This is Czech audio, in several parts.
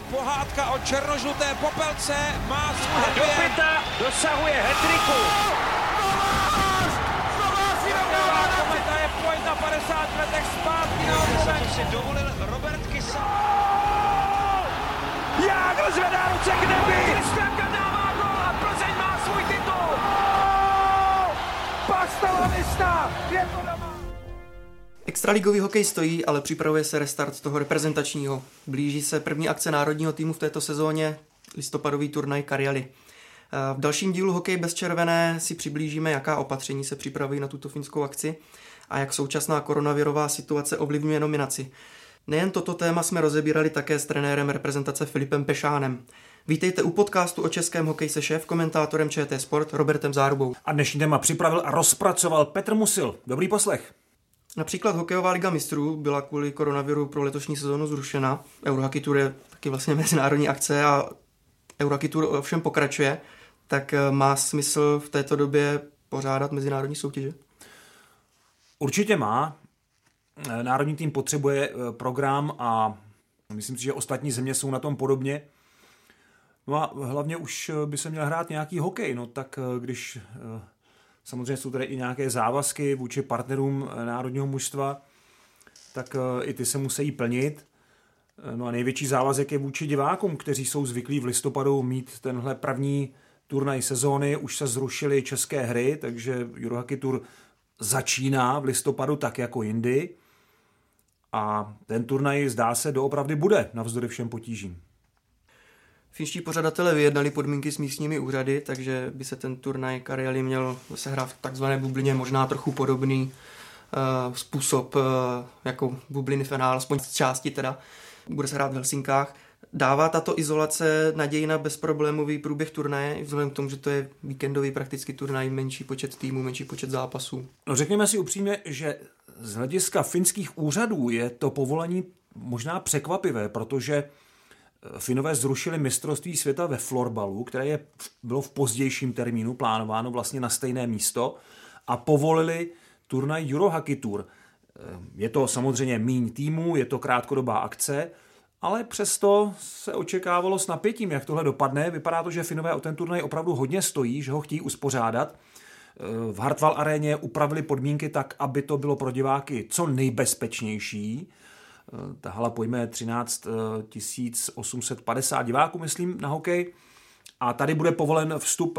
pohádka o černožluté popelce má svůj happy end. Dopita dosahuje hat-tricku. Kometa je pojď na 50 letech zpátky na obloven. To si dovolil Robert Kysa. Jágr zvedá ruce k nebi. Kristianka dává gól a Plzeň má svůj titul. Pastalanista, je to doma. Extraligový hokej stojí, ale připravuje se restart toho reprezentačního. Blíží se první akce národního týmu v této sezóně, listopadový turnaj Karjali. V dalším dílu Hokej bez červené si přiblížíme, jaká opatření se připravují na tuto finskou akci a jak současná koronavirová situace ovlivňuje nominaci. Nejen toto téma jsme rozebírali také s trenérem reprezentace Filipem Pešánem. Vítejte u podcastu o českém hokeji se šéf-komentátorem ČT Sport Robertem Zárubou. A dnešní téma připravil a rozpracoval Petr Musil. Dobrý poslech. Například hokejová liga mistrů byla kvůli koronaviru pro letošní sezónu zrušena. Eurohockey Tour je taky vlastně mezinárodní akce a Eurohockey Tour ovšem pokračuje. Tak má smysl v této době pořádat mezinárodní soutěže? Určitě má. Národní tým potřebuje program a myslím si, že ostatní země jsou na tom podobně. No a hlavně už by se měl hrát nějaký hokej, no tak když samozřejmě jsou tady i nějaké závazky vůči partnerům národního mužstva, tak i ty se musí plnit. No a největší závazek je vůči divákům, kteří jsou zvyklí v listopadu mít tenhle první turnaj sezóny. Už se zrušily české hry, takže Eurohockey Tour začíná v listopadu tak jako jindy. A ten turnaj zdá se doopravdy bude navzdory všem potížím. Finští pořadatelé vyjednali podmínky s místními úřady, takže by se ten turnaj Karjali měl sehrát v takzvané bublině, možná trochu podobný způsob jako bubliny finál, aspoň z části teda. Bude se hrát v Helsinkách. Dává tato izolace naději na bezproblémový průběh turnaje, vzhledem k tomu, že to je víkendový prakticky turnaj, menší počet týmů, menší počet zápasů? No řekněme si upřímně, že z hlediska finských úřadů je to povolení možná překvapivé, protože Finové zrušili mistrovství světa ve florbalu, které bylo v pozdějším termínu plánováno vlastně na stejné místo a povolili turnaj Eurohockey Tour. Je to samozřejmě míň týmů, je to krátkodobá akce, ale přesto se očekávalo s napětím, jak tohle dopadne. Vypadá to, že Finové o ten turnaj opravdu hodně stojí, že ho chtějí uspořádat. V Hartwall aréně upravili podmínky tak, aby to bylo pro diváky co nejbezpečnější. Ta hala pojme 13 850 diváků, myslím, na hokej. A tady bude povolen vstup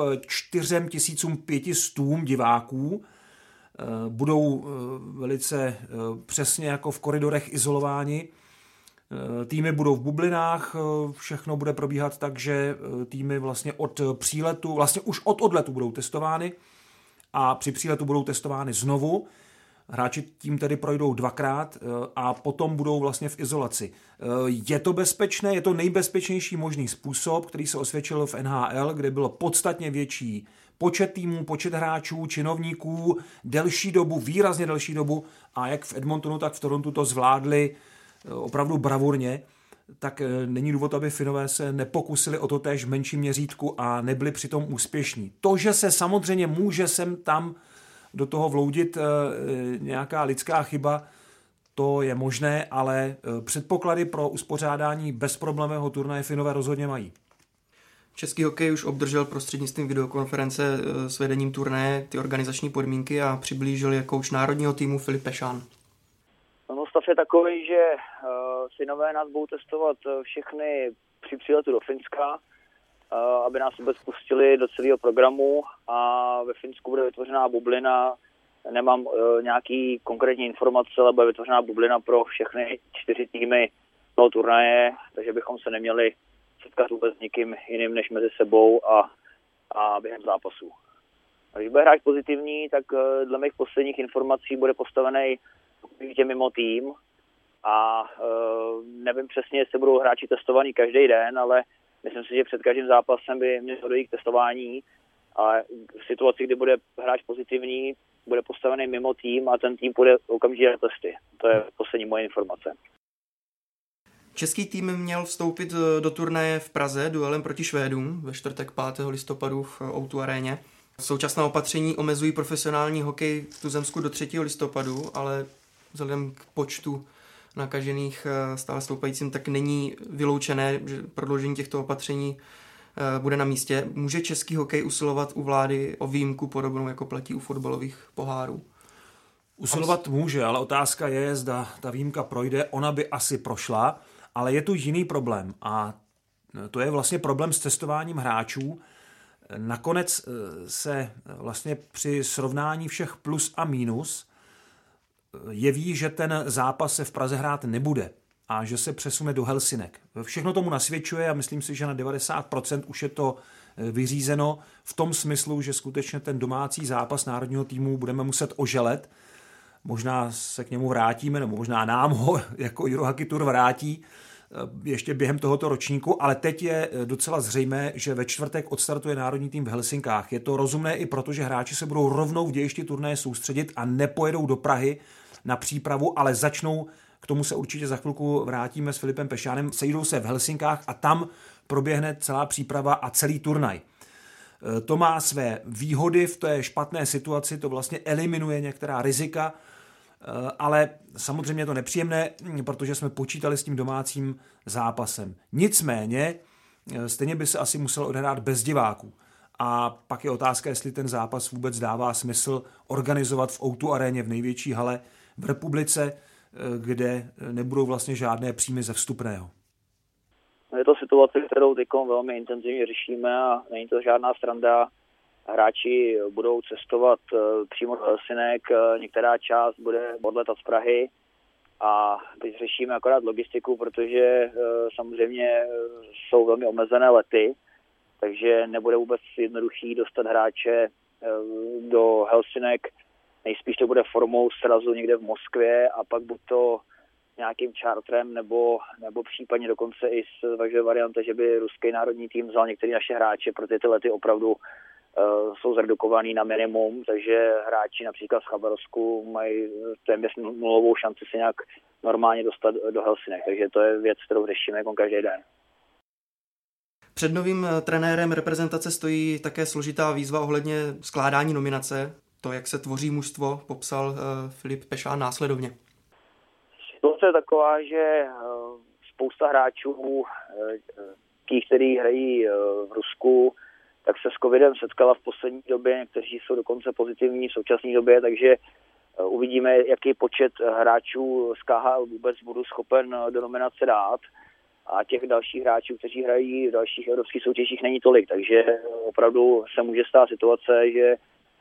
4500 diváků. Budou velice přesně jako v koridorech izolováni. Týmy budou v bublinách, všechno bude probíhat tak, že týmy vlastně od příletu, vlastně už od odletu budou testovány a při příletu budou testovány znovu. Hráči tím tedy projdou dvakrát a potom budou vlastně v izolaci. Je to bezpečné, je to nejbezpečnější možný způsob, který se osvědčil v NHL, kde bylo podstatně větší počet týmů, počet hráčů, činovníků, delší dobu, výrazně delší dobu a jak v Edmontonu, tak v Torontu to zvládli opravdu bravurně, tak není důvod, aby Finové se nepokusili o to též v menším měřítku a nebyli přitom úspěšní. To, že se samozřejmě může sem tam do toho vloudit nějaká lidská chyba, to je možné, ale předpoklady pro uspořádání bezproblémového turnaje Finové rozhodně mají. Český hokej už obdržel prostřednictvím videokonference s vedením turnaje ty organizační podmínky a přiblížil je kouč národního týmu Filip Pešán. No, stav je takový, že Finové nás budou testovat všechny při příletu do Finska, aby nás vůbec pustili do celého programu a ve Finsku bude vytvořená bublina. Nemám nějaký konkrétní informace, ale bude vytvořená bublina pro všechny 4 týmy toho turnaje, takže bychom se neměli setkat vůbec s nikým jiným než mezi sebou a během zápasu. A když bude hráč pozitivní, tak dle mých posledních informací bude postavený mimo tým a nevím přesně, jestli budou hráči testovaní každý den, ale myslím si, že před každým zápasem by mělo dojít k testování a v situaci, kdy bude hráč pozitivní, bude postavený mimo tým a ten tým půjde okamžitě na testy. To je poslední moje informace. Český tým měl vstoupit do turnaje v Praze duelem proti Švédům ve čtvrtek 5. listopadu v O2 aréně. Současná opatření omezují profesionální hokej v tuzemsku do 3. listopadu, ale vzhledem k počtu nakažených stále stoupajícím, tak není vyloučené, že prodloužení těchto opatření bude na místě. Může český hokej usilovat u vlády o výjimku podobnou, jako platí u fotbalových pohárů? Usilovat může, ale otázka je, zda ta výjimka projde. Ona by asi prošla, ale je tu jiný problém a to je vlastně problém s cestováním hráčů. Nakonec se vlastně při srovnání všech plus a mínus jeví, že ten zápas se v Praze hrát nebude a že se přesune do Helsinek. Všechno tomu nasvědčuje a myslím si, že na 90% už je to vyřízeno v tom smyslu, že skutečně ten domácí zápas národního týmu budeme muset oželet. Možná se k němu vrátíme, nebo možná nám ho jako Jirohockey Tour vrátí ještě během tohoto ročníku, ale teď je docela zřejmé, že ve čtvrtek odstartuje národní tým v Helsinkách. Je to rozumné i proto, že hráči se budou rovnou v dějišti turnaje soustředit a nepojedou do Prahy na přípravu, ale začnou, k tomu se určitě za chvilku vrátíme s Filipem Pešánem, sejdou se v Helsinkách a tam proběhne celá příprava a celý turnaj. To má své výhody v té špatné situaci, to vlastně eliminuje některá rizika, ale samozřejmě je to nepříjemné, protože jsme počítali s tím domácím zápasem. Nicméně, stejně by se asi musel odehrát bez diváků. A pak je otázka, jestli ten zápas vůbec dává smysl organizovat v O2 aréně v největší hale v republice, kde nebudou vlastně žádné příjmy ze vstupného. Je to situace, kterou teď velmi intenzivně řešíme a není to žádná sranda. Hráči budou cestovat přímo do Helsinek, některá část bude odletat z Prahy a teď řešíme akorát logistiku, protože samozřejmě jsou velmi omezené lety, takže nebude vůbec jednoduchý dostat hráče do Helsinek. Nejspíš to bude formou srazu někde v Moskvě a pak buď to nějakým čártrem nebo případně dokonce i zvažuje varianta, že by ruský národní tým vzal některé naše hráče, protože ty lety opravdu jsou zredukovaný na minimum, takže hráči například z Chabarovsku mají téměř nulovou šanci se nějak normálně dostat do Helsinek, takže to je věc, kterou řešíme jako každý den. Před novým trenérem reprezentace stojí také složitá výzva ohledně skládání nominace. To, jak se tvoří mužstvo, popsal Filip Pešán následovně. Situace je taková, že spousta hráčů, tí, kteří hrají v Rusku, tak se s covidem setkala v poslední době, někteří jsou dokonce pozitivní v současné době, takže uvidíme, jaký počet hráčů z KHL vůbec budu schopen do nominace dát. A těch dalších hráčů, kteří hrají v dalších evropských soutěžích, není tolik, takže opravdu se může stát situace, že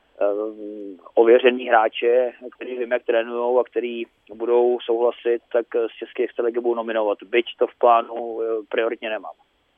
ověřený hráče, který vím, jak trénujou a který budou souhlasit, tak z české extraligy budou nominovat. Byť to v plánu prioritně nemám.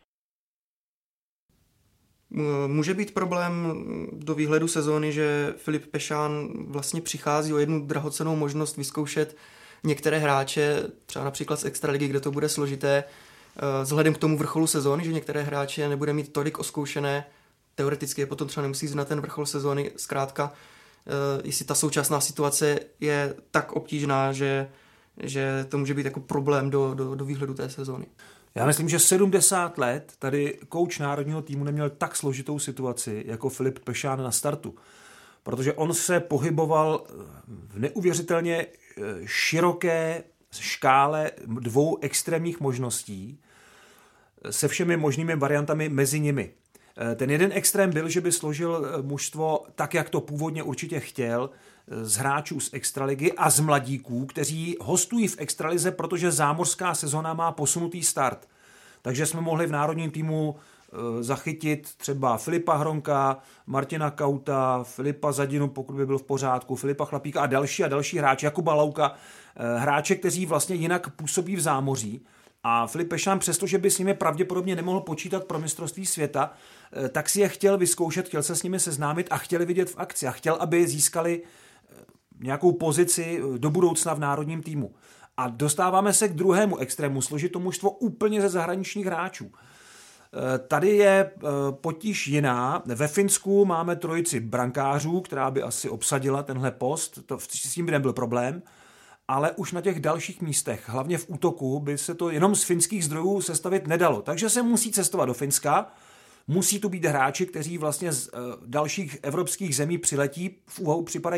Může být problém do výhledu sezóny, že Filip Pešán vlastně přichází o jednu drahocennou možnost vyzkoušet některé hráče, třeba například z extraligy, kde to bude složité, vzhledem k tomu vrcholu sezóny, že některé hráče nebude mít tolik oskoušené, teoreticky je potom třeba nemusí jít na ten vrchol sezóny, zkrátka, jestli ta současná situace je tak obtížná, že to může být jako problém do výhledu té sezóny. Já myslím, že 70 let tady kouč národního týmu neměl tak složitou situaci jako Filip Pešán na startu, protože on se pohyboval v neuvěřitelně široké škále dvou extrémních možností se všemi možnými variantami mezi nimi. Ten jeden extrém byl, že by složil mužstvo tak, jak to původně určitě chtěl, z hráčů z extraligy a z mladíků, kteří hostují v extralize, protože zámořská sezona má posunutý start. Takže jsme mohli v národním týmu zachytit třeba Filipa Hronka, Martina Kauta, Filipa Zadinu, pokud by byl v pořádku, Filipa Chlapíka a další hráči, Jakuba Lauka, hráče, kteří vlastně jinak působí v zámoří. A Filip Pešán, přestože by s nimi pravděpodobně nemohl počítat pro mistrovství světa, tak si je chtěl vyzkoušet, chtěl se s nimi seznámit a chtěli vidět v akci a chtěl, aby získali nějakou pozici do budoucna v národním týmu. A dostáváme se k druhému extrému, složit to mužstvo úplně ze zahraničních hráčů. Tady je potíž jiná. Ve Finsku máme trojici brankářů, která by asi obsadila tenhle post, s tím by nebyl problém, ale už na těch dalších místech, hlavně v útoku, by se to jenom z finských zdrojů sestavit nedalo. Takže se musí cestovat do Finska, musí tu být hráči, kteří vlastně z dalších evropských zemí přiletí, v úvahu připadají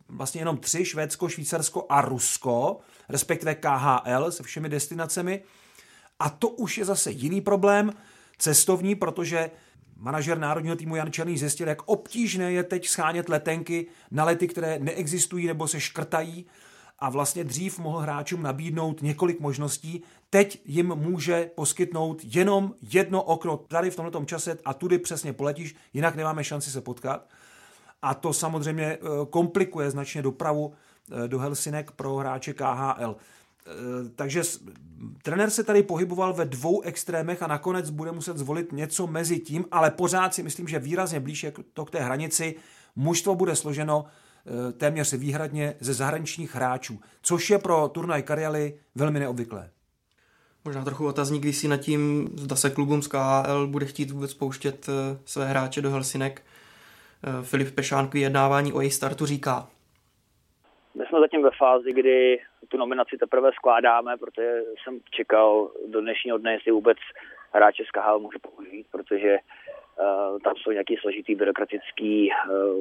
vlastně jenom 3, Švédsko, Švýcarsko a Rusko, respektive KHL se všemi destinacemi. A to už je zase jiný problém, cestovní, protože manažer národního týmu Jan Černý zjistil, jak obtížné je teď schánět letenky na lety, které neexistují nebo se škrtají, a vlastně dřív mohl hráčům nabídnout několik možností, teď jim může poskytnout jenom jedno okno tady v tomto čase a tudy přesně poletíš, jinak nemáme šanci se potkat. A to samozřejmě komplikuje značně dopravu do Helsinek pro hráče KHL. Takže trenér se tady pohyboval ve 2 extrémech a nakonec bude muset zvolit něco mezi tím, ale pořád si myslím, že výrazně blíž je to k té hranici. Mužstvo bude složeno téměř výhradně ze zahraničních hráčů, což je pro turnaj Karjaly velmi neobvyklé. Možná trochu otazník visí nad tím, zda se klubům z KHL bude chtít vůbec pouštět své hráče do Helsinek. Filip Pešán k vyjednávání o jejich startu říká: My jsme zatím ve fázi, kdy tu nominaci teprve skládáme, protože jsem čekal do dnešního dne, jestli vůbec hráče z KHL můžu použít, protože tam jsou nějaký složitý byrokratický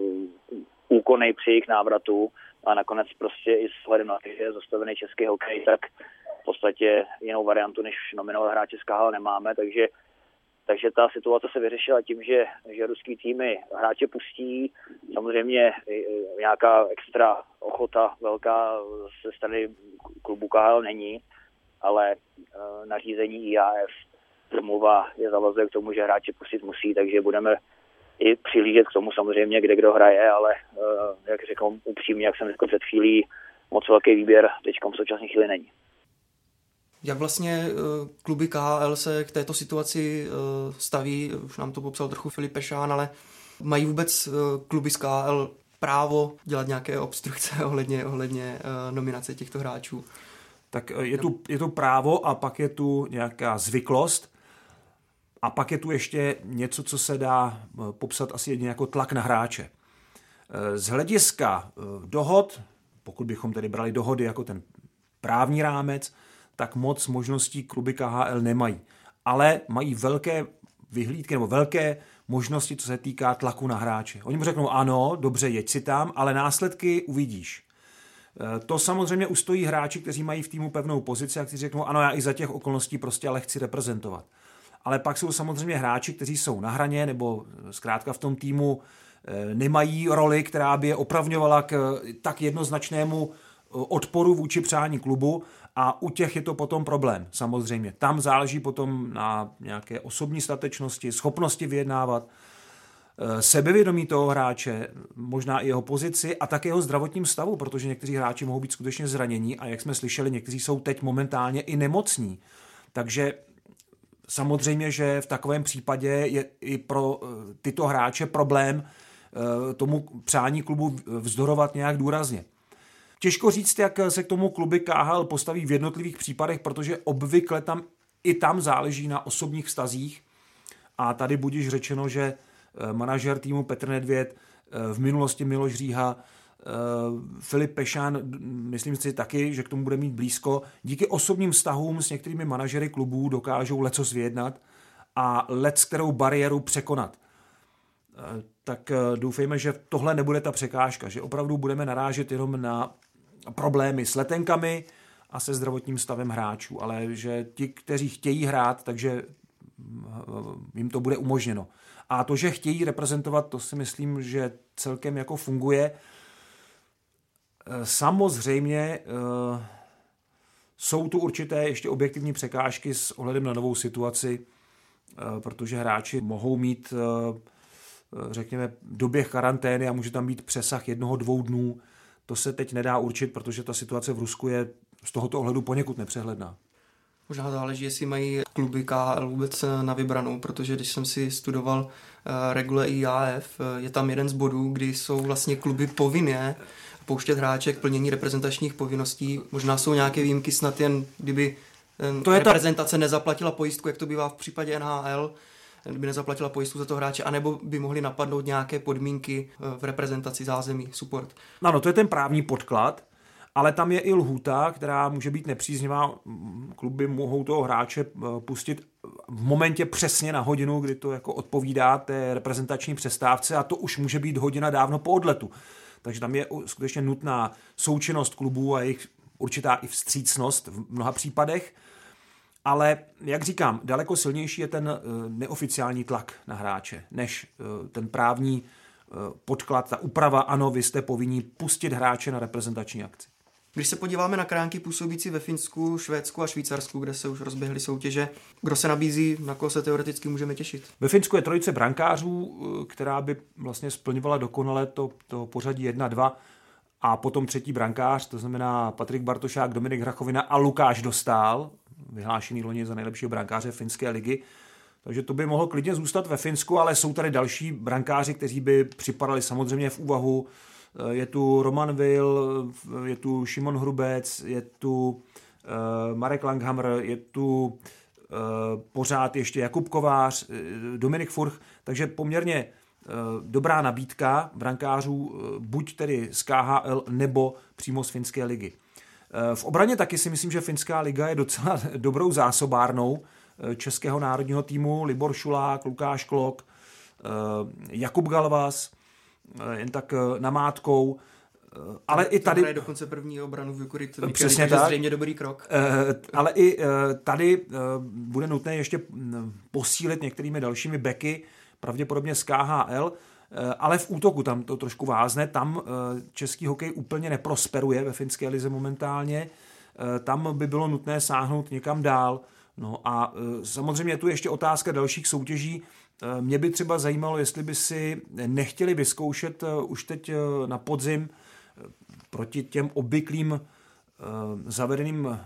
úkony při jejich návratu a nakonec prostě i s hledem na to, že je zastavený český hokej, tak v podstatě jinou variantu než nominovat hráče z KHL nemáme, takže ta situace se vyřešila tím, že ruský týmy hráče pustí. Samozřejmě nějaká extra ochota velká ze strany klubu KHL není, ale nařízení IAF domluva je zavazuje k tomu, že hráče pustit musí, takže budeme i přilížet k tomu samozřejmě, kde kdo hraje, ale jak řekl upřímně, jak jsem řekl před chvílí, moc velký výběr teďkom v současné chvíli není. Jak vlastně kluby KHL se k této situaci staví, už nám to popsal trochu Filip Pešán, ale mají vůbec kluby z KHL právo dělat nějaké obstrukce ohledně nominace těchto hráčů? Tak je tu právo a pak je tu nějaká zvyklost a pak je tu ještě něco, co se dá popsat asi jedině jako tlak na hráče. Z hlediska dohod, pokud bychom tedy brali dohody jako ten právní rámec, tak moc možností kluby KHL nemají. Ale mají velké vyhlídky nebo velké možnosti, co se týká tlaku na hráče. Oni mu řeknou ano, dobře, jeď si tam, ale následky uvidíš. To samozřejmě ustojí hráči, kteří mají v týmu pevnou pozici a kteří řeknou ano, já i za těch okolností prostě ale chci reprezentovat. Ale pak jsou samozřejmě hráči, kteří jsou na hraně nebo zkrátka v tom týmu nemají roli, která by je opravňovala k tak jednoznačnému odporu vůči přání klubu a u těch je to potom problém, samozřejmě. Tam záleží potom na nějaké osobní statečnosti, schopnosti vyjednávat, sebevědomí toho hráče, možná i jeho pozici a také jeho zdravotním stavu, protože někteří hráči mohou být skutečně zranění a jak jsme slyšeli, někteří jsou teď momentálně i nemocní. Takže samozřejmě, že v takovém případě je i pro tyto hráče problém tomu přání klubu vzdorovat nějak důrazně. Těžko říct, jak se k tomu kluby KHL postaví v jednotlivých případech, protože obvykle tam záleží na osobních vztazích a tady budiž řečeno, že manažer týmu Petr Nedvěd, v minulosti Miloš Říha, Filip Pešán, myslím si taky, že k tomu bude mít blízko, díky osobním vztahům s některými manažery klubů dokážou lecos vyjednat a kterou bariéru překonat. Tak doufejme, že tohle nebude ta překážka, že opravdu budeme narážet jenom na problémy s letenkami a se zdravotním stavem hráčů, ale že ti, kteří chtějí hrát, takže jim to bude umožněno. A to, že chtějí reprezentovat, to si myslím, že celkem jako funguje. Samozřejmě jsou tu určité ještě objektivní překážky s ohledem na novou situaci, protože hráči mohou mít, řekněme, doběh karantény a může tam být přesah 1-2 dnů. To se teď nedá určit, protože ta situace v Rusku je z tohoto ohledu poněkud nepřehledná. Možná záleží, jestli mají kluby KHL vůbec na vybranou, protože když jsem si studoval regule IAF, je tam jeden z bodů, kdy jsou vlastně kluby povinné pouštět hráče k plnění reprezentačních povinností. Možná jsou nějaké výjimky, snad jen kdyby reprezentace nezaplatila pojistku, jak to bývá v případě NHL, kdyby nezaplatila pojistku za toho hráče, anebo by mohly napadnout nějaké podmínky v reprezentaci zázemí, support. No, to je ten právní podklad, ale tam je i lhůta, která může být nepříznivá. Kluby mohou toho hráče pustit v momentě přesně na hodinu, kdy to jako odpovídá té reprezentační přestávce a to už může být hodina dávno po odletu. takže tam je skutečně nutná součinnost klubů a jejich určitá i vstřícnost v mnoha případech. Ale, jak říkám, daleko silnější je ten neoficiální tlak na hráče, než ten právní podklad, ta úprava, ano, vy jste povinni pustit hráče na reprezentační akci. Když se podíváme na kránky působící ve Finsku, Švédsku a Švýcarsku, kde se už rozběhly soutěže, kdo se nabízí, na koho se teoreticky můžeme těšit? Ve Finsku je trojice brankářů, která by vlastně splňovala dokonale to pořadí 1-2 a potom třetí brankář, to znamená Patrik Bartošák, Dominik Hrachovina a Lukáš Dostál, vyhlášený loni za nejlepšího brankáře finské ligy. Takže to by mohlo klidně zůstat ve Finsku, ale jsou tady další brankáři, kteří by připadali samozřejmě v úvahu. Je tu Roman Will, je tu Šimon Hrubec, je tu Marek Langhammer, je tu pořád ještě Jakub Kovář, Dominik Furch, takže poměrně dobrá nabídka brankářů, buď tedy z KHL nebo přímo z finské ligy. V obraně taky si myslím, že finská liga je docela dobrou zásobárnou českého národního týmu. Libor Šulák, Lukáš Klok, Jakub Galvas, jen tak namátkou. Ale i tady... je dokonce první obranu v Jukurit. Přesně tak. Zřejmě dobrý krok. Ale i tady bude nutné ještě posílit některými dalšími beky, pravděpodobně z KHL, ale v útoku tam to trošku vázne. Tam český hokej úplně neprosperuje ve finské lize momentálně. Tam by bylo nutné sáhnout někam dál. No a samozřejmě je tu ještě otázka dalších soutěží. Mě by třeba zajímalo, jestli by si nechtěli vyzkoušet už teď na podzim proti těm obvyklým zavedeným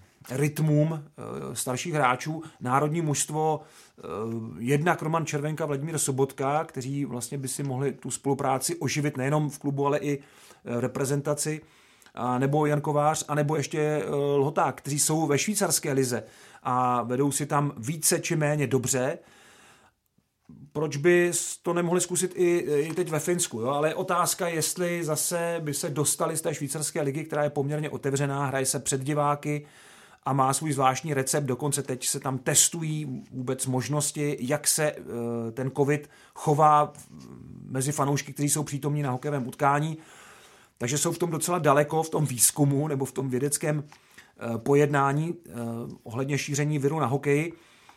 rytmům starších hráčů národní mužstvo, jednak Roman Červenka, Vladimír Sobotka, kteří vlastně by si mohli tu spolupráci oživit nejenom v klubu, ale i reprezentaci, nebo Jan Kovář, anebo ještě Lhoták, kteří jsou ve švýcarské lize a vedou si tam více či méně dobře. Proč by to nemohli zkusit i teď ve Finsku? Jo? Ale otázka, jestli zase by se dostali z té švýcarské ligy, která je poměrně otevřená, hraje se před diváky a má svůj zvláštní recept. Dokonce teď se tam testují vůbec možnosti, jak se ten covid chová mezi fanoušky, kteří jsou přítomní na hokejovém utkání. Takže jsou v tom docela daleko, v tom výzkumu nebo v tom vědeckém pojednání ohledně šíření viru na hokeji.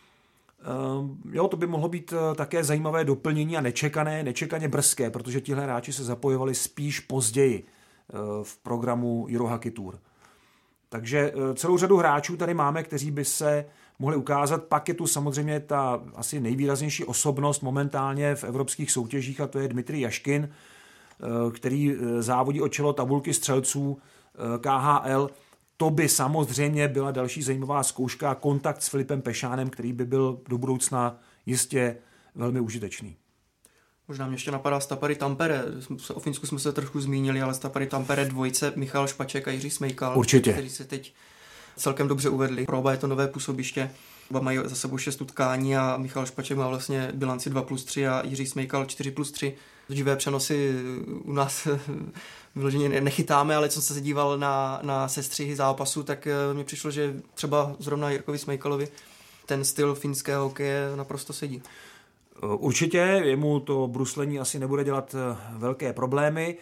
Jo, to by mohlo být také zajímavé doplnění a nečekaně brzké, protože tihle hráči se zapojovali spíš později v programu Eurohockey Tour. Takže celou řadu hráčů tady máme, kteří by se mohli ukázat. Pak je tu samozřejmě ta asi nejvýraznější osobnost momentálně v evropských soutěžích a to je Dmitrij Jaškin, který závodí o čelo tabulky střelců KHL. To by samozřejmě byla další zajímavá zkouška, kontakt s Filipem Pešánem, který by byl do budoucna jistě velmi užitečný. Možná mě ještě napadá Stapary Tampere. O Finsku jsme se trošku zmínili, ale Stapary Tampere dvojce Michal Špaček a Jiří Smejkal. Určitě. Kteří se teď celkem dobře uvedli. Pro oba je to nové působiště. Oba mají za sebou 6 utkání a Michal Špaček má vlastně bilanci 2+3 a Jiří Smejkal 4+3. Živé přenosy u nás vyloženě nechytáme, ale co se díval na sestřihy zápasu, tak mně přišlo, že třeba zrovna Jirkovi Smejkalovi ten styl finského hokeje naprosto sedí. Určitě, jemu to bruslení asi nebude dělat velké problémy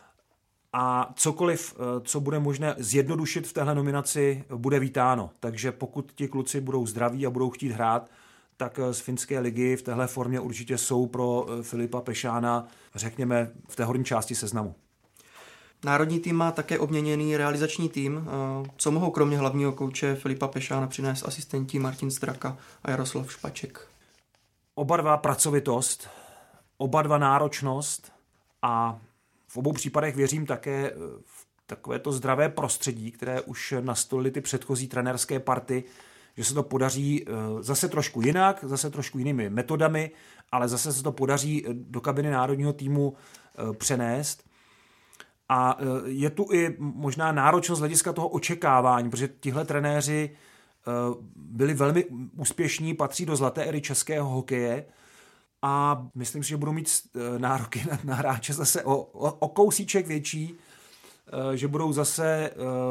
a cokoliv, co bude možné zjednodušit v téhle nominaci, bude vítáno. Takže pokud ti kluci budou zdraví a budou chtít hrát, tak z finské ligy v téhle formě určitě jsou pro Filipa Pešána, řekněme, v té horní části seznamu. Národní tým má také obměněný realizační tým. Co mohou kromě hlavního kouče Filipa Pešána přinést asistenti Martin Straka a Jaroslav Špaček? Oba dva pracovitost, oba dva náročnost a v obou případech věřím také v takovéto zdravé prostředí, které už nastolily ty předchozí trenérské party, že se to podaří zase trošku jinak, zase trošku jinými metodami, ale zase se to podaří do kabiny národního týmu přenést. A je tu i možná náročnost z hlediska toho očekávání, protože tihle trenéři byli velmi úspěšní, patří do zlaté éry českého hokeje a myslím si, že budou mít nároky na hráče zase o kousíček větší, že budou zase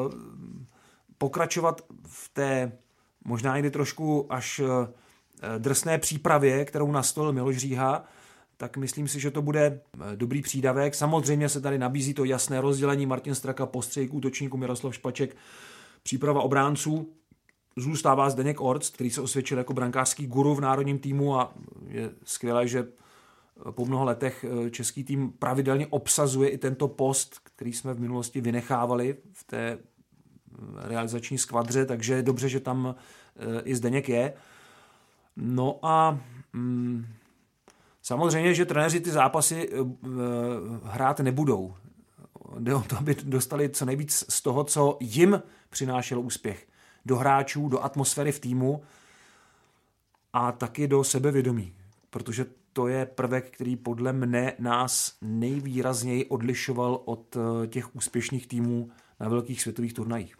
pokračovat v té možná někdy trošku až drsné přípravě, kterou nastolil Miloš Říha. tak myslím si, že to bude dobrý přídavek. Samozřejmě se tady nabízí to jasné rozdělení: Martin Straka, postřeh útočníků, Miroslav Špaček, příprava obránců. Zůstává Zdeněk Orct, který se osvědčil jako brankářský guru v národním týmu a je skvělé, že po mnoha letech český tým pravidelně obsazuje i tento post, který jsme v minulosti vynechávali v té realizační skvadře, takže je dobře, že tam i Zdeněk je. No a samozřejmě, že trenéři ty zápasy hrát nebudou. Jde o to, aby dostali co nejvíc z toho, co jim přinášelo úspěch. Do hráčů, do atmosféry v týmu a taky do sebevědomí. Protože to je prvek, který podle mne nás nejvýrazněji odlišoval od těch úspěšných týmů na velkých světových turnajích.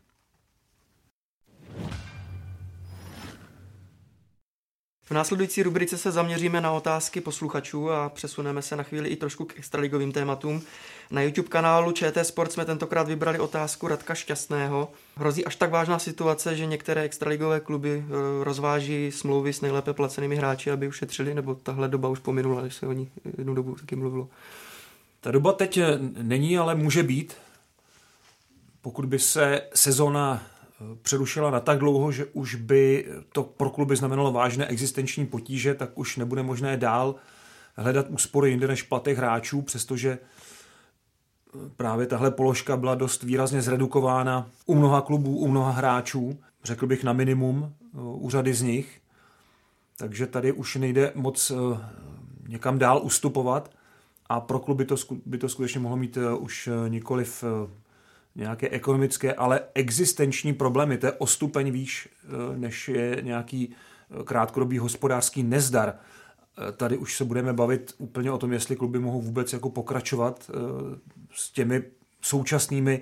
V následující rubrice se zaměříme na otázky posluchačů a přesuneme se na chvíli i trošku k extraligovým tématům. Na YouTube kanálu ČT Sport jsme tentokrát vybrali otázku Radka Šťastného. Hrozí až tak vážná situace, že některé extraligové kluby rozváží smlouvy s nejlépe placenými hráči, aby ušetřili, nebo tahle doba už pominula, když se o ní jednu dobu taky mluvilo? Ta doba teď není, ale může být. Pokud by se sezóna přerušila na tak dlouho, že už by to pro kluby znamenalo vážné existenční potíže, tak už nebude možné dál hledat úspory jinde než v platech hráčů, přestože právě tahle položka byla dost výrazně zredukována u mnoha klubů, u mnoha hráčů, řekl bych na minimum, u řady z nich. Takže tady už nejde moc někam dál ustupovat a pro kluby by to skutečně mohlo mít už nikoliv nějaké ekonomické, ale existenční problémy. To je o stupeň výš, než je nějaký krátkodobý hospodářský nezdar. Tady už se budeme bavit úplně o tom, jestli kluby mohou vůbec jako pokračovat s těmi současnými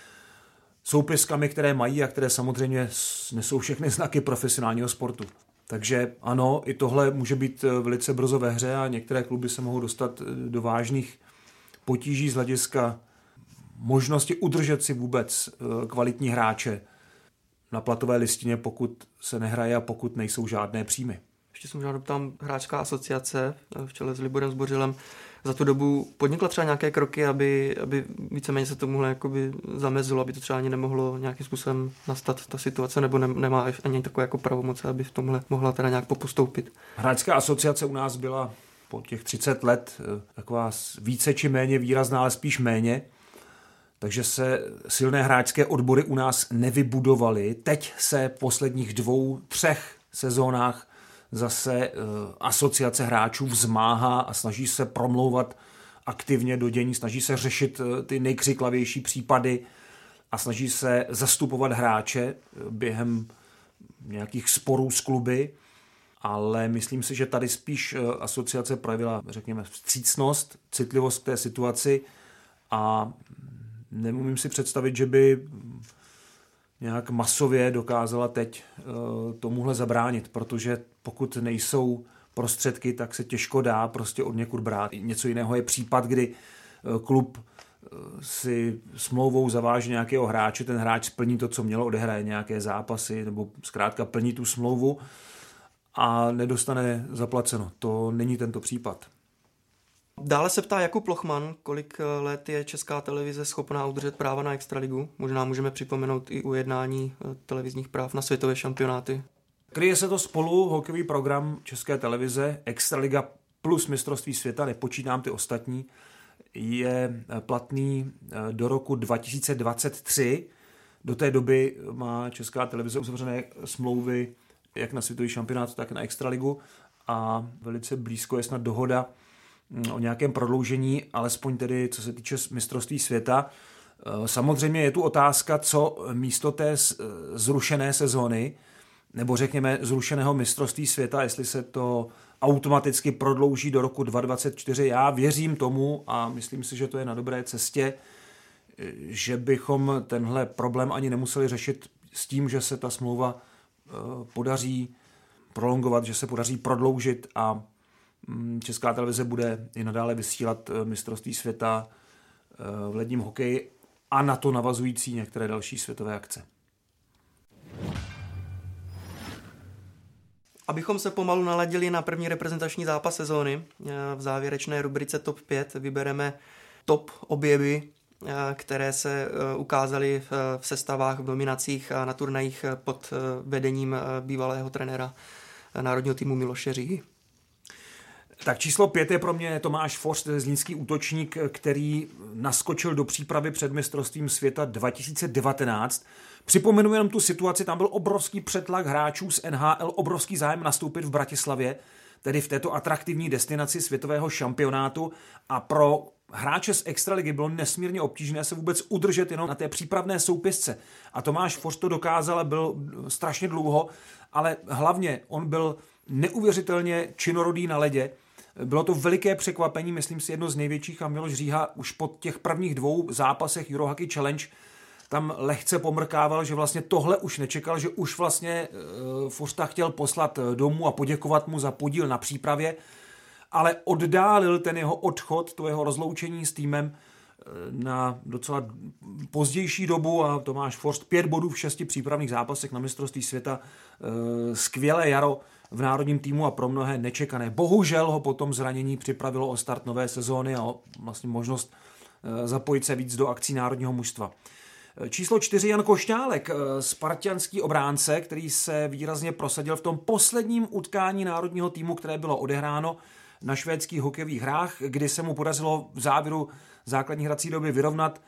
soupiskami, které mají a které samozřejmě nesou všechny znaky profesionálního sportu. Takže ano, i tohle může být velice brzo ve hře a některé kluby se mohou dostat do vážných potíží z hlediska možnosti udržet si vůbec kvalitní hráče na platové listině, pokud se nehraje a pokud nejsou žádné příjmy. Ještě se možná doptám, hráčská asociace v čele s Liborem Zbořilem za tu dobu podnikla třeba nějaké kroky, aby víceméně se tomuhle jakoby zamezilo, aby to třeba ani nemohlo nějakým způsobem nastat ta situace, nebo nemá ani takové jako pravomoce, aby v tomhle mohla teda nějak popostoupit. Hráčská asociace u nás byla po těch 30 let taková více či méně výrazná, ale spíš méně. Takže se silné hráčské odbory u nás nevybudovaly. Teď se v posledních 2-3 sezónách zase asociace hráčů vzmáhá a snaží se promlouvat aktivně do dění, snaží se řešit ty nejkřiklavější případy a snaží se zastupovat hráče během nějakých sporů s kluby, ale myslím si, že tady spíš asociace projevila, řekněme, vstřícnost, citlivost k té situaci a nemůžu si představit, že by nějak masově dokázala teď tomuhle zabránit, protože pokud nejsou prostředky, tak se těžko dá prostě od někud brát. Něco jiného je případ, kdy klub si smlouvou zaváže nějakého hráče, ten hráč splní to, co mělo, odehraje nějaké zápasy nebo zkrátka plní tu smlouvu a nedostane zaplaceno. To není tento případ. Dále se ptá Jakub Lochman, kolik let je Česká televize schopná udržet práva na extraligu. Možná můžeme připomenout i ujednání televizních práv na světové šampionáty. Kryje se to spolu hokejový program České televize, Extraliga plus mistrovství světa, nepočítám ty ostatní, je platný do roku 2023. Do té doby má Česká televize uzavřené smlouvy jak na světový šampionát, tak na Extraligu a velice blízko je snad dohoda o nějakém prodloužení, alespoň tedy co se týče mistrovství světa. Samozřejmě je tu otázka, co místo té zrušené sezóny, nebo řekněme zrušeného mistrovství světa, jestli se to automaticky prodlouží do roku 2024. Já věřím tomu a myslím si, že to je na dobré cestě, že bychom tenhle problém ani nemuseli řešit s tím, že se ta smlouva podaří prolongovat, že se podaří prodloužit a Česká televize bude i nadále vysílat mistrovství světa v ledním hokeji a na to navazující některé další světové akce. Abychom se pomalu naladili na první reprezentační zápas sezóny, v závěrečné rubrice TOP 5 vybereme top objevy, které se ukázaly v sestavách, v nominacích a na turnajích pod vedením bývalého trenéra národního týmu Miloše Říhy. Tak číslo 5 je pro mě Tomáš Forst, zlínský útočník, který naskočil do přípravy před mistrovstvím světa 2019. Připomenu jenom tu situaci, tam byl obrovský přetlak hráčů z NHL, obrovský zájem nastoupit v Bratislavě, tedy v této atraktivní destinaci světového šampionátu, a pro hráče z extraligy bylo nesmírně obtížné se vůbec udržet jenom na té přípravné soupisce. A Tomáš Forst to dokázal a byl strašně dlouho, ale hlavně on byl neuvěřitelně činorodý na ledě. Bylo to veliké překvapení, myslím si jedno z největších, a Miloš Říha už po těch prvních 2 zápasech Eurohockey Challenge tam lehce pomrkával, že vlastně tohle už nečekal, že už vlastně Forsta chtěl poslat domů a poděkovat mu za podíl na přípravě, ale oddálil ten jeho odchod, to jeho rozloučení s týmem na docela pozdější dobu, a Tomáš Forst 5 bodů v 6 přípravných zápasech na mistrovství světa, skvělé jaro v národním týmu a pro mnohé nečekané. Bohužel ho potom zranění připravilo o start nové sezóny a o vlastně možnost zapojit se víc do akcí národního mužstva. Číslo 4 Jan Košťálek, spartanský obránce, který se výrazně prosadil v tom posledním utkání národního týmu, které bylo odehráno na švédských hokejových hrách, kdy se mu podařilo v závěru základní hrací doby vyrovnat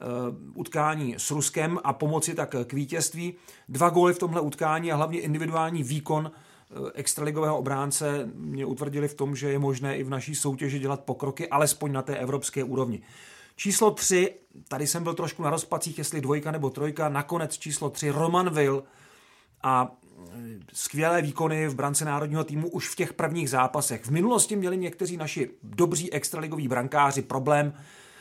utkání s Ruskem a pomoci tak k vítězství. 2 góly v tomhle utkání a hlavně individuální výkon extraligového obránce mě utvrdili v tom, že je možné i v naší soutěži dělat pokroky, alespoň na té evropské úrovni. Číslo 3, tady jsem byl trošku na rozpacích, jestli 2 nebo 3, nakonec číslo 3 Roman Will a skvělé výkony v brance národního týmu už v těch prvních zápasech. V minulosti měli někteří naši dobří extraligoví brankáři problém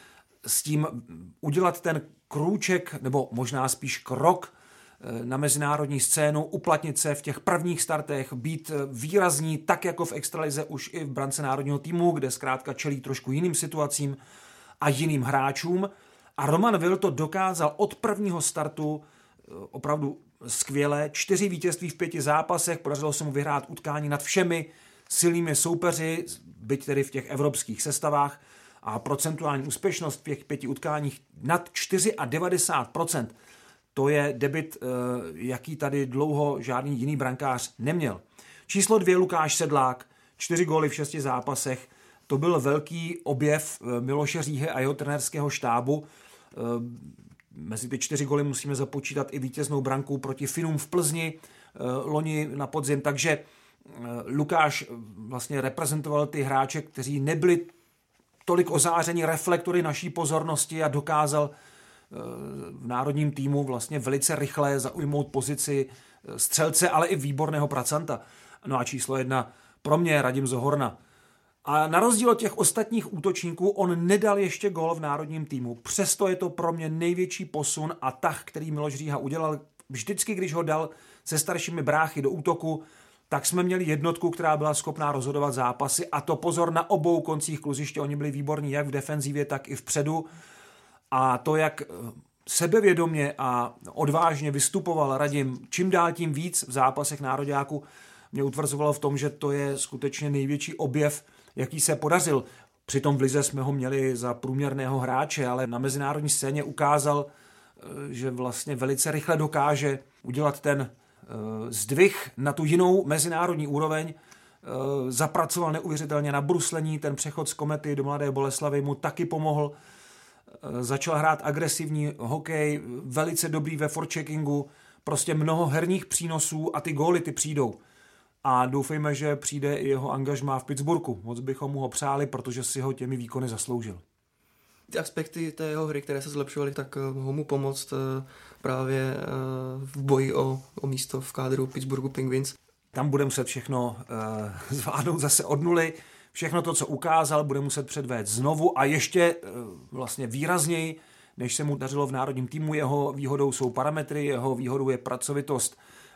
s tím udělat ten krůček, nebo možná spíš krok na mezinárodní scénu, uplatnit se v těch prvních startech, být výrazní, tak jako v extralize už i v brance národního týmu, kde zkrátka čelí trošku jiným situacím a jiným hráčům. A Roman Will to dokázal od prvního startu opravdu skvěle. 4 vítězství v 5 zápasech, podařilo se mu vyhrát utkání nad všemi silnými soupeři, byť tedy v těch evropských sestavách, a procentuální úspěšnost v těch 5 utkáních nad 94%. To je debit, jaký tady dlouho žádný jiný brankář neměl. Číslo 2 Lukáš Sedlák, 4 góly v 6 zápasech. To byl velký objev Miloše Říhy a jeho trenérského štábu. Mezi ty 4 góly musíme započítat i vítěznou branku proti Finům v Plzni loni na podzim, takže Lukáš vlastně reprezentoval ty hráče, kteří nebyli tolik ozáření reflektory naší pozornosti a dokázal v národním týmu vlastně velice rychle zaujmout pozici střelce, ale i výborného pracanta. No a číslo 1 pro mě Radim Zohorna. A na rozdíl od těch ostatních útočníků on nedal ještě gól v národním týmu. Přesto je to pro mě největší posun a tah, který Miloš Říha udělal. Vždycky, když ho dal se staršími bráchy do útoku, tak jsme měli jednotku, která byla schopná rozhodovat zápasy, a to pozor na obou koncích kluziště. Oni byli výborní jak v defenzivě, tak i vpředu. A to, jak sebevědomě a odvážně vystupoval Radim čím dál tím víc v zápasech nároďáků, mě utvrzovalo v tom, že to je skutečně největší objev, jaký se podařil. Přitom v lize jsme ho měli za průměrného hráče, ale na mezinárodní scéně ukázal, že vlastně velice rychle dokáže udělat ten zdvih na tu jinou mezinárodní úroveň. Zapracoval neuvěřitelně na bruslení, ten přechod z Komety do Mladé Boleslavi mu taky pomohl. Začal hrát agresivní hokej, velice dobrý ve forecheckingu, prostě mnoho herních přínosů a ty góly ty přijdou. A doufejme, že přijde i jeho angažmá v Pittsburghu. Moc bychom mu ho přáli, protože si ho těmi výkony zasloužil. Ty aspekty té jeho hry, které se zlepšovaly, tak mohou mu pomoct právě v boji o místo v kádru Pittsburghu Penguins. Tam bude muset všechno zvládnout zase od nuly. Všechno to, co ukázal, bude muset předvést znovu a ještě vlastně výrazněji, než se mu dařilo v národním týmu. Jeho výhodou jsou parametry, jeho výhodou je pracovitost,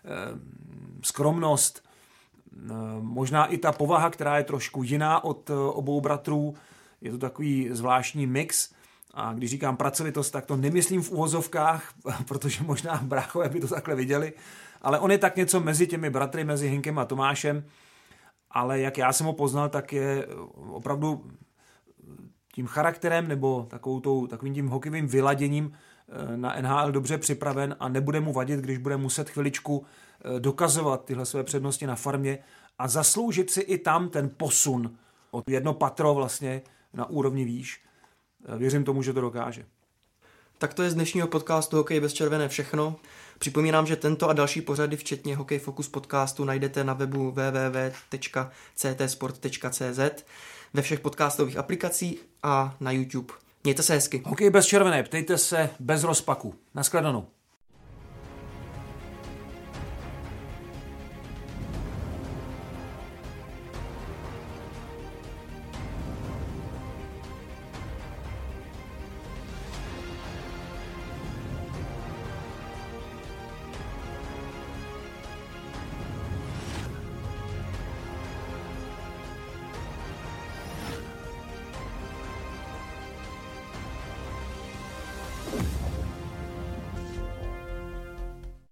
skromnost, možná i ta povaha, která je trošku jiná od obou bratrů. Je to takový zvláštní mix. A když říkám pracovitost, tak to nemyslím v uvozovkách, protože možná bráchové by to takhle viděli, ale on je tak něco mezi těmi bratry, mezi Hinkem a Tomášem, ale jak já jsem ho poznal, tak je opravdu tím charakterem nebo takovým tím hokejovým vyladěním na NHL dobře připraven a nebude mu vadit, když bude muset chviličku dokazovat tyhle své přednosti na farmě a zasloužit si i tam ten posun od jedno patro vlastně na úrovni výš. Věřím tomu, že to dokáže. Tak to je z dnešního podcastu Hokej bez červené všechno. Připomínám, že tento a další pořady, včetně Hokej Focus podcastu, najdete na webu www.ctsport.cz, ve všech podcastových aplikacích a na YouTube. Mějte se hezky. Hokej bez červené, ptejte se bez rozpaku. Naschledanou.